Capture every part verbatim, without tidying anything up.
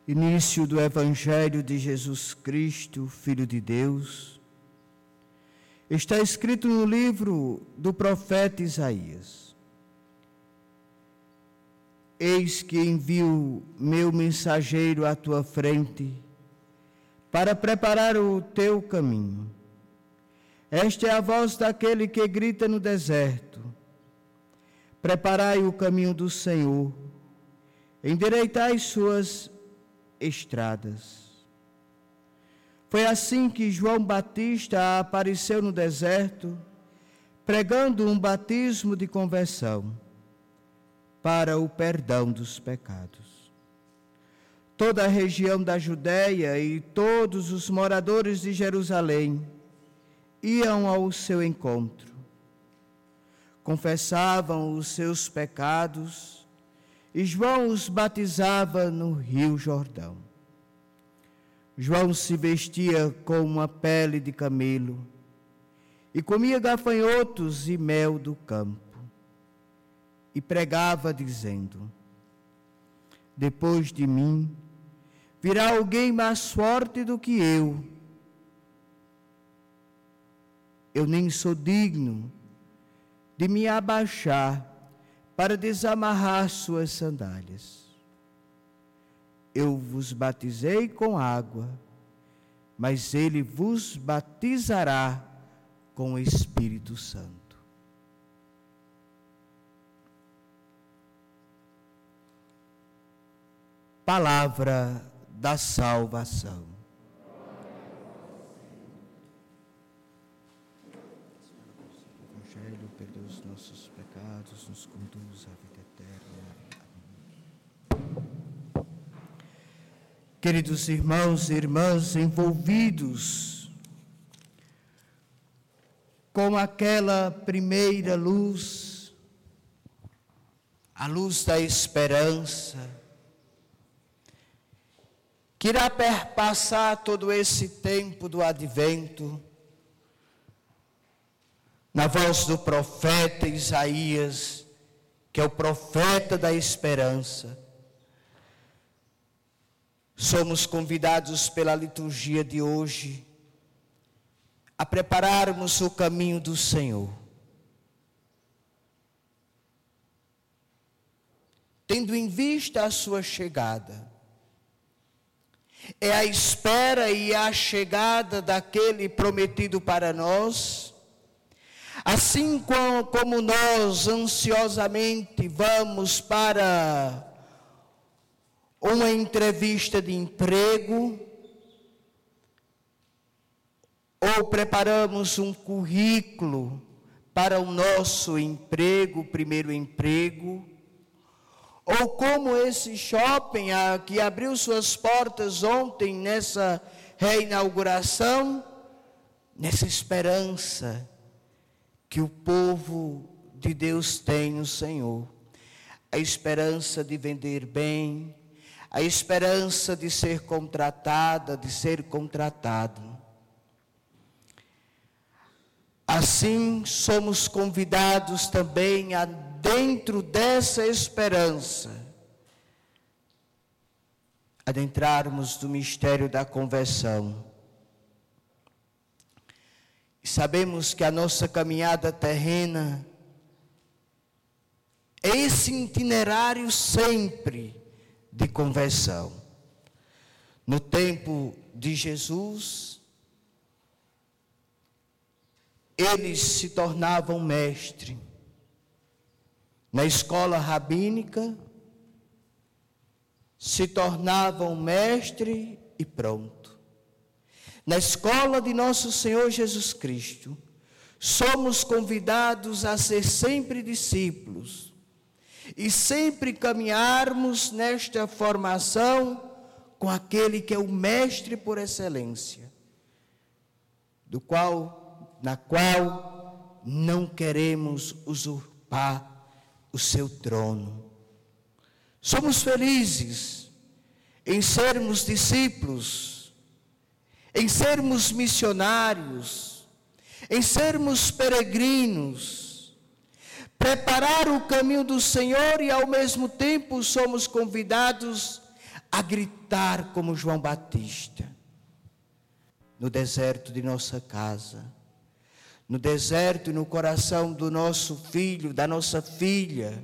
Início do Evangelho de Jesus Cristo, Filho de Deus, está escrito no livro do profeta Isaías: Eis que envio meu mensageiro à tua frente, para preparar o teu caminho. Esta é a voz daquele que grita no deserto: preparai o caminho do Senhor, endireitai suas estradas. Foi assim que João Batista apareceu no deserto, pregando um batismo de conversão para o perdão dos pecados. Toda a região da Judéia e todos os moradores de Jerusalém iam ao seu encontro, confessavam os seus pecados, e João os batizava no Rio Jordão. João se vestia com uma pele de camelo e comia gafanhotos e mel do campo, e pregava dizendo: depois de mim virá alguém mais forte do que eu. Eu nem sou digno de me abaixar para desamarrar suas sandálias. Eu vos batizei com água, mas ele vos batizará com o Espírito Santo. Palavra da salvação. Evangelho, perdoa os nossos pecados, nos conduz à vida eterna. Amém. Queridos irmãos e irmãs, envolvidos com aquela primeira luz, a luz da esperança, que irá perpassar todo esse tempo do advento, na voz do profeta Isaías, que é o profeta da esperança, somos convidados pela liturgia de hoje a prepararmos o caminho do Senhor, tendo em vista a sua chegada. É a espera e a chegada daquele prometido para nós. Assim como nós ansiosamente vamos para uma entrevista de emprego, ou preparamos um currículo para o nosso emprego, o primeiro emprego, ou como esse shopping que abriu suas portas ontem nessa reinauguração, nessa esperança que o povo de Deus tem no Senhor, a esperança de vender bem, a esperança de ser contratada, de ser contratado. Assim, somos convidados também a, dentro dessa esperança, adentrarmos no mistério da conversão. E sabemos que a nossa caminhada terrena é esse itinerário sempre de conversão. No tempo de Jesus, eles se tornavam mestres. Na escola rabínica, se tornavam mestre e pronto. Na escola de nosso Senhor Jesus Cristo, somos convidados a ser sempre discípulos e sempre caminharmos nesta formação com aquele que é o mestre por excelência, do qual, na qual não queremos usurpar o seu trono. Somos felizes em sermos discípulos, em sermos missionários, em sermos peregrinos, preparar o caminho do Senhor, e ao mesmo tempo somos convidados a gritar como João Batista, no deserto de nossa casa, no deserto e no coração do nosso filho, da nossa filha,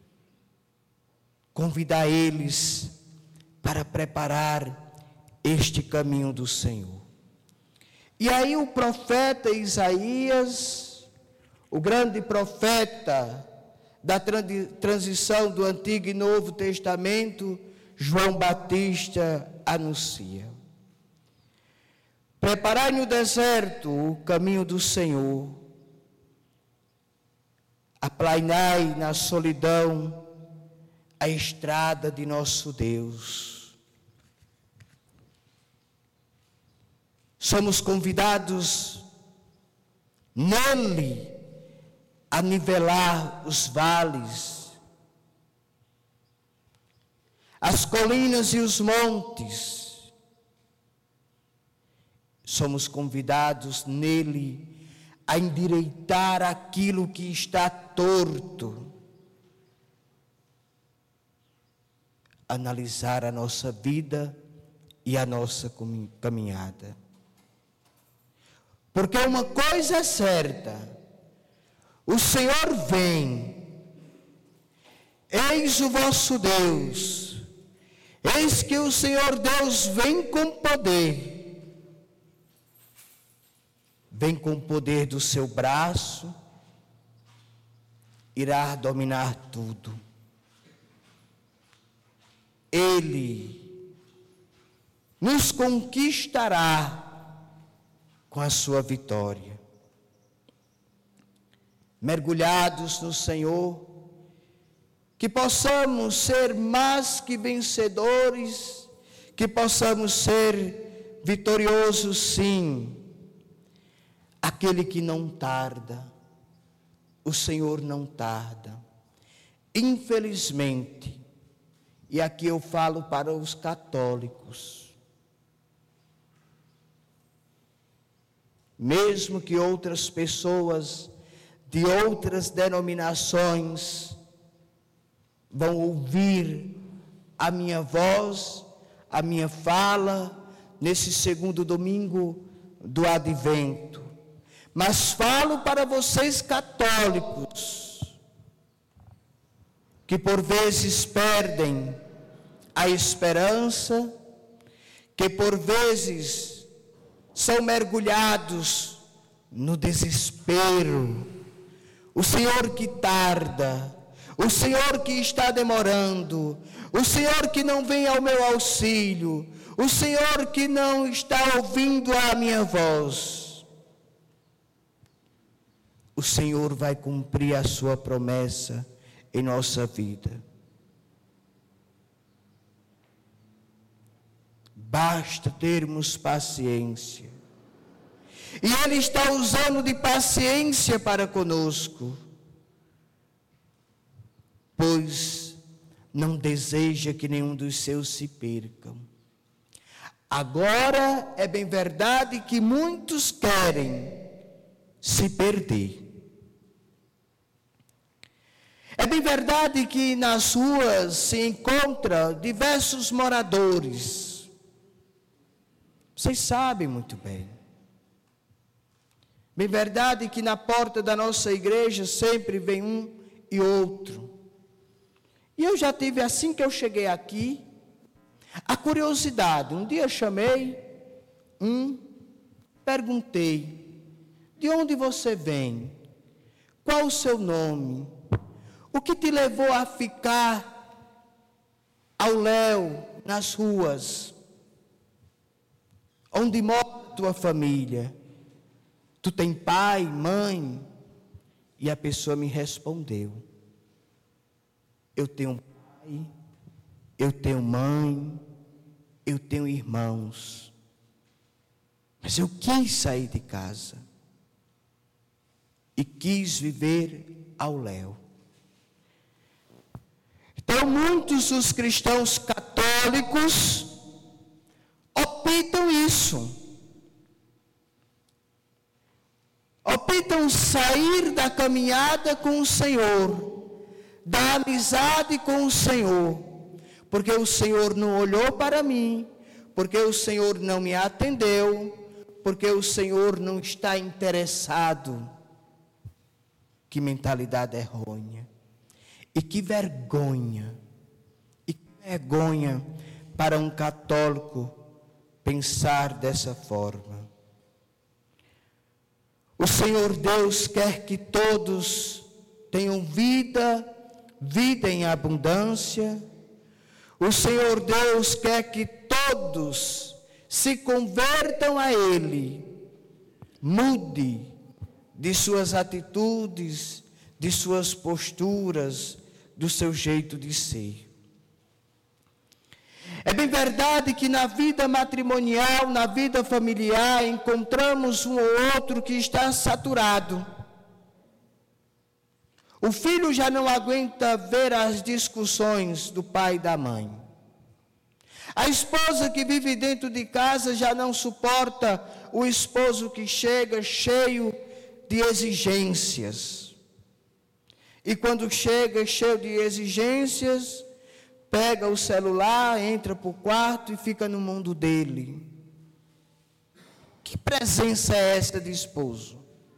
convidar eles para preparar este caminho do Senhor. E aí o profeta Isaías, o grande profeta da transição do Antigo e Novo Testamento, João Batista anuncia: preparai no deserto o caminho do Senhor, aplainai na solidão a estrada de nosso Deus. Somos convidados nele a nivelar os vales, as colinas e os montes. Somos convidados nele a endireitar aquilo que está torto, analisar a nossa vida e a nossa caminhada. Porque uma coisa é certa: o Senhor vem, eis o vosso Deus, eis que o Senhor Deus vem com poder, vem com o poder do seu braço, irá dominar tudo. Ele nos conquistará com a sua vitória. Mergulhados no Senhor, que possamos ser mais que vencedores, que possamos ser vitoriosos, sim. Aquele que não tarda, o Senhor não tarda. Infelizmente, e aqui eu falo para os católicos, mesmo que outras pessoas de outras denominações vão ouvir a minha voz, a minha fala, nesse segundo domingo do Advento. Mas falo para vocês católicos, que por vezes perdem a esperança, que por vezes são mergulhados no desespero. O Senhor que tarda, o Senhor que está demorando, o Senhor que não vem ao meu auxílio, o Senhor que não está ouvindo a minha voz. O Senhor vai cumprir a sua promessa em nossa vida. Basta termos paciência. E Ele está usando de paciência para conosco, pois não deseja que nenhum dos seus se percam. Agora é bem verdade que muitos querem se perder. É bem verdade que nas ruas se encontram diversos moradores. Vocês sabem muito bem. Bem verdade que na porta da nossa igreja sempre vem um e outro. E eu já tive, assim que eu cheguei aqui, a curiosidade. Um dia chamei um, perguntei: de onde você vem? Qual o seu nome? O que te levou a ficar ao léu nas ruas? Onde mora tua família? Tu tem pai, mãe? E a pessoa me respondeu: eu tenho pai, eu tenho mãe, eu tenho irmãos. Mas eu quis sair de casa e quis viver ao léu. Então, muitos dos cristãos católicos optam isso. Optam sair da caminhada com o Senhor, da amizade com o Senhor, porque o Senhor não olhou para mim, porque o Senhor não me atendeu, porque o Senhor não está interessado. Que mentalidade errônea. E que vergonha, e que vergonha para um católico pensar dessa forma. O Senhor Deus quer que todos tenham vida, vida em abundância. O Senhor Deus quer que todos se convertam a Ele, mude de suas atitudes, de suas posturas, do seu jeito de ser. É bem verdade que na vida matrimonial, na vida familiar, encontramos um ou outro que está saturado. O filho já não aguenta ver as discussões do pai e da mãe. A esposa que vive dentro de casa já não suporta o esposo que chega cheio de exigências. E quando chega cheio de exigências, pega o celular, entra para o quarto e fica no mundo dele. Que presença é essa de esposo?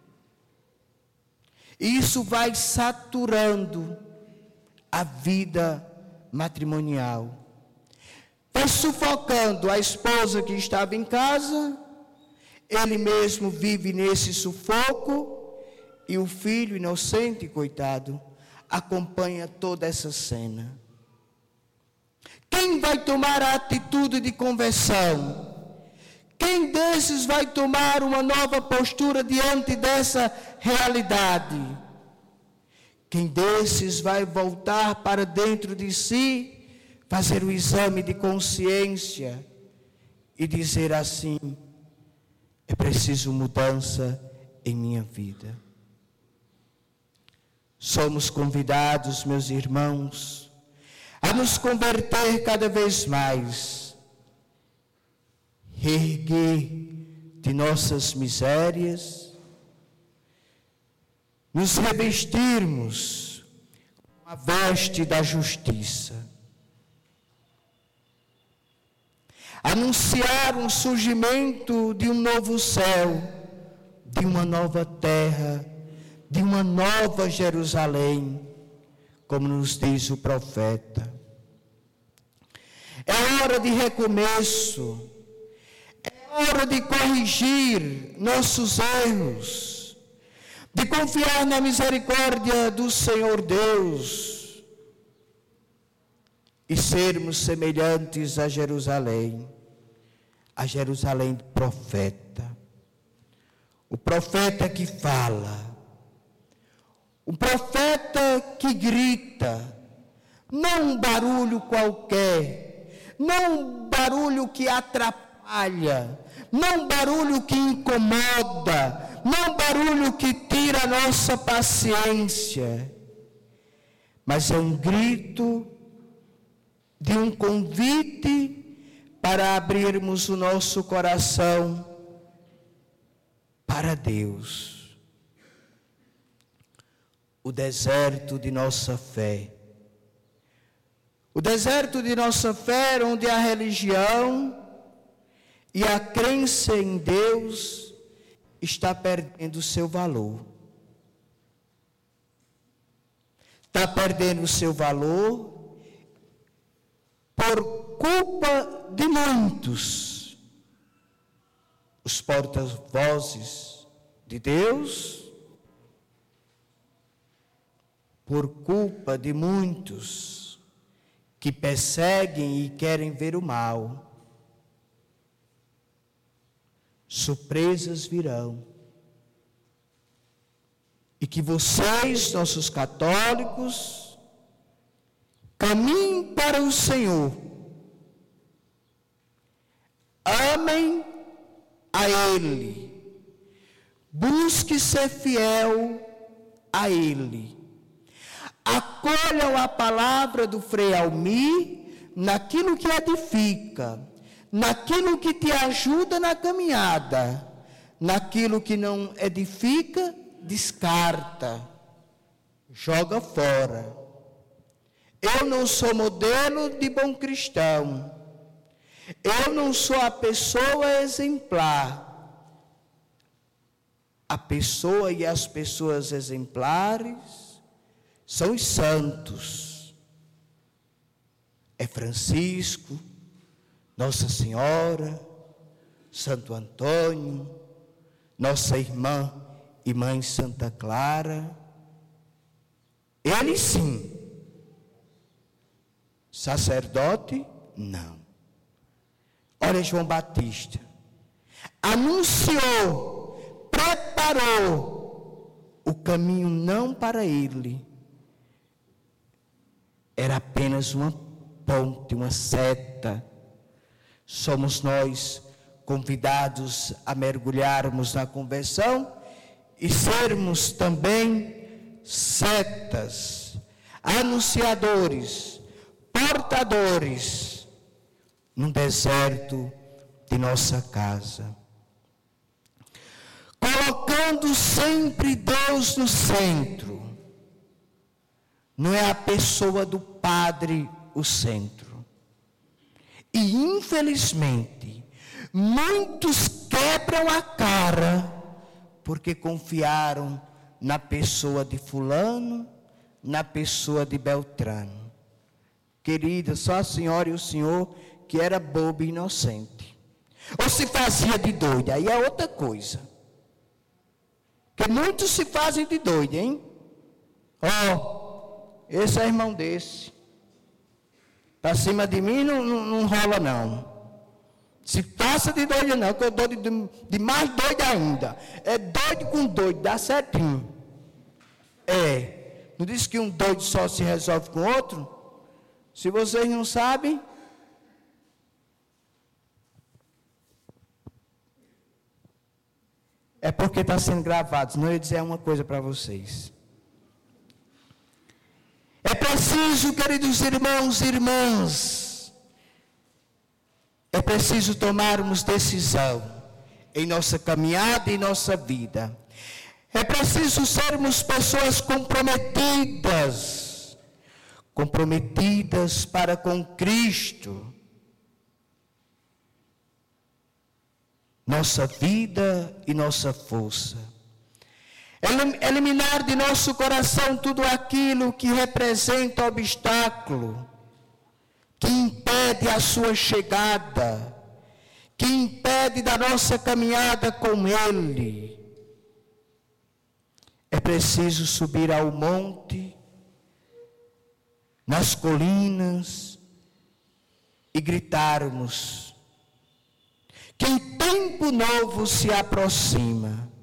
E isso vai saturando a vida matrimonial. Vai sufocando a esposa que estava em casa, ele mesmo vive nesse sufoco, e o filho inocente, coitado, acompanha toda essa cena. Quem vai tomar a atitude de conversão? Quem desses vai tomar uma nova postura diante dessa realidade? Quem desses vai voltar para dentro de si, fazer o exame de consciência e dizer assim: é preciso mudança em minha vida? Somos convidados, meus irmãos, a nos converter cada vez mais, reerguer de nossas misérias, nos revestirmos com a veste da justiça, anunciar um surgimento de um novo céu, de uma nova terra, de uma nova Jerusalém, como nos diz o profeta. É hora de recomeço, é hora de corrigir nossos erros, de confiar na misericórdia do Senhor Deus e sermos semelhantes a Jerusalém, a Jerusalém do profeta. O profeta que fala, o profeta que grita, não um barulho qualquer, não um barulho que atrapalha, não um barulho que incomoda, não um barulho que tira a nossa paciência, mas é um grito de um convite para abrirmos o nosso coração para Deus. O deserto de nossa fé. O deserto de nossa fé, onde a religião e a crença em Deus está perdendo o seu valor. Está perdendo o seu valor por culpa de muitos. Os porta-vozes de Deus, por culpa de muitos que perseguem e querem ver o mal. Surpresas virão. E que vocês, nossos católicos, caminhem para o Senhor. Amem a Ele. Busque ser fiel a Ele. Acolham a palavra do Frei Almir naquilo que edifica, naquilo que te ajuda na caminhada, naquilo que não edifica, descarta, joga fora. Eu não sou modelo de bom cristão. Eu não sou a pessoa exemplar. A pessoa e as pessoas exemplares são os santos. É Francisco, Nossa Senhora, Santo Antônio, nossa irmã e mãe Santa Clara. Ele sim. Sacerdote, não. Olha João Batista. Anunciou, preparou o caminho não para ele. Era apenas uma ponte, uma seta. Somos nós convidados a mergulharmos na conversão e sermos também setas, anunciadores, portadores no deserto de nossa casa. Colocando sempre Deus no centro. Não é a pessoa do padre o centro. E infelizmente, muitos quebram a cara porque confiaram na pessoa de fulano, na pessoa de Beltrano. Querida, só a senhora e o senhor que era bobo e inocente. Ou se fazia de doida, aí é outra coisa. Porque muitos se fazem de doida, hein? Ó, oh, esse é irmão desse. Para cima de mim não, não, não rola não. Se passa de doido não, que eu dou de, de mais doido ainda. É doido com doido, dá certinho. É. Não diz que um doido só se resolve com outro? Se vocês não sabem, é porque está sendo gravado. Senão eu ia dizer uma coisa para vocês. É preciso, queridos irmãos e irmãs, é preciso tomarmos decisão em nossa caminhada e nossa vida. É preciso sermos pessoas comprometidas, comprometidas para com Cristo. Nossa vida e nossa força. Eliminar de nosso coração tudo aquilo que representa obstáculo, que impede a sua chegada, que impede da nossa caminhada com Ele. É preciso subir ao monte, nas colinas, e gritarmos que um tempo novo se aproxima.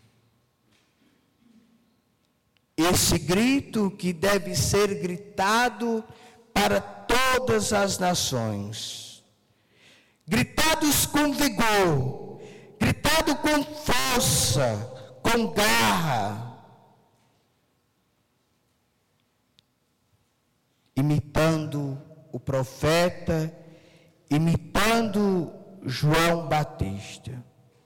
Esse grito que deve ser gritado para todas as nações. Gritados com vigor, gritado com força, com garra. Imitando o profeta, imitando João Batista.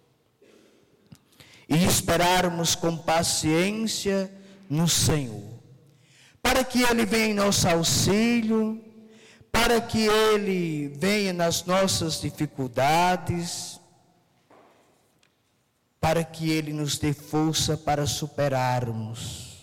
E esperarmos com paciência no Senhor, para que Ele venha em nosso auxílio, para que Ele venha nas nossas dificuldades, para que Ele nos dê força para superarmos.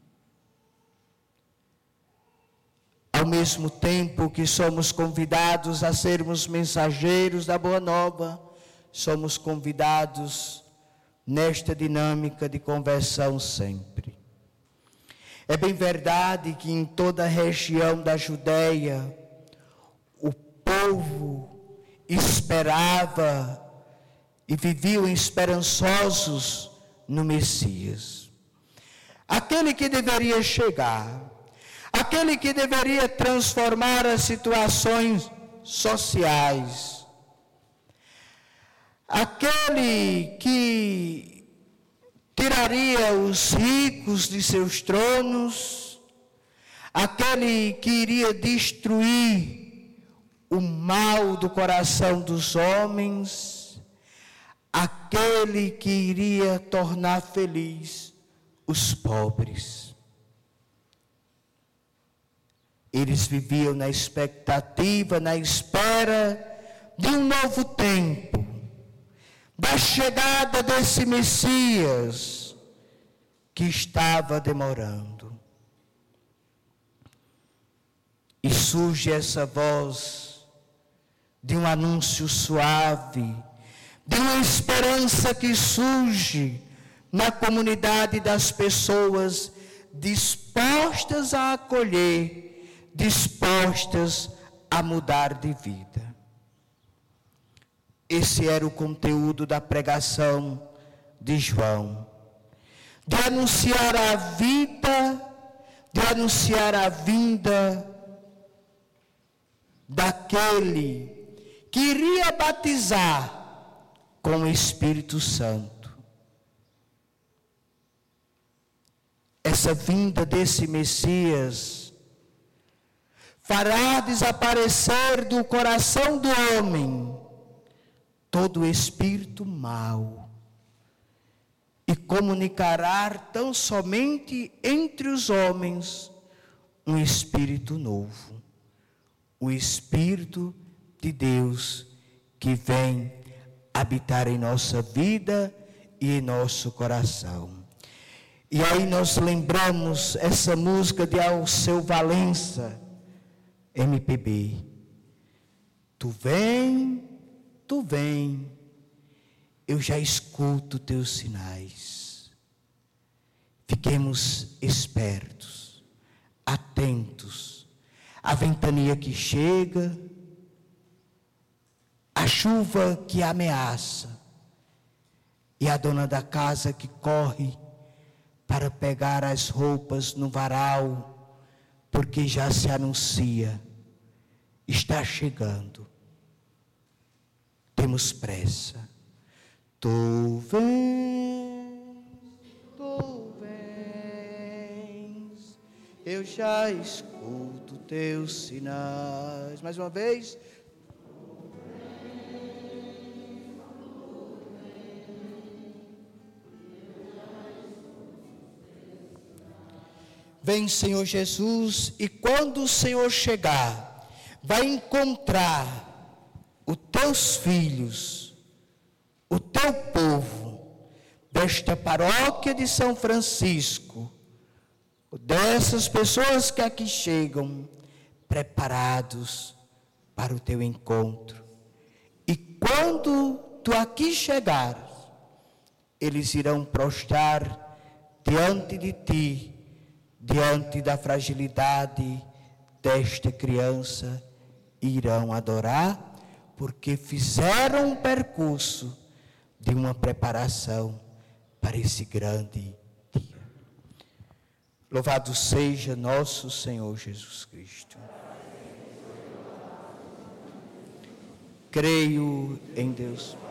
Ao mesmo tempo que somos convidados a sermos mensageiros da Boa Nova, somos convidados nesta dinâmica de conversão sempre. É bem verdade que em toda a região da Judéia, o povo esperava e viviam esperançosos no Messias. Aquele que deveria chegar, aquele que deveria transformar as situações sociais, aquele que tiraria os ricos de seus tronos, aquele que iria destruir o mal do coração dos homens, aquele que iria tornar feliz os pobres. Eles viviam na expectativa, na espera de um novo tempo, da chegada desse Messias que estava demorando. E surge essa voz de um anúncio suave, de uma esperança que surge na comunidade das pessoas dispostas a acolher, dispostas a mudar de vida. Esse era o conteúdo da pregação de João, de anunciar a vida, de anunciar a vinda daquele que iria batizar com o Espírito Santo. Essa vinda desse Messias fará desaparecer do coração do homem todo o espírito mau e comunicará tão somente entre os homens um espírito novo, o Espírito de Deus que vem habitar em nossa vida e em nosso coração. E aí nós lembramos essa música de Alceu Valença, M P B. Tu vem, tu vem, eu já escuto teus sinais. Fiquemos espertos, atentos à ventania que chega, a chuva que ameaça e a dona da casa que corre para pegar as roupas no varal, porque já se anuncia, está chegando. Temos pressa. Tu vens, tu vens, eu já escuto teus sinais. Mais uma vez. Vem, Senhor Jesus, e quando o Senhor chegar, vai encontrar os teus filhos, o teu povo, desta paróquia de São Francisco, dessas pessoas que aqui chegam, preparados para o teu encontro. E quando tu aqui chegares, eles irão prostrar diante de ti, diante da fragilidade desta criança, irão adorar, porque fizeram um percurso de uma preparação para esse grande dia. Louvado seja nosso Senhor Jesus Cristo. Creio em Deus.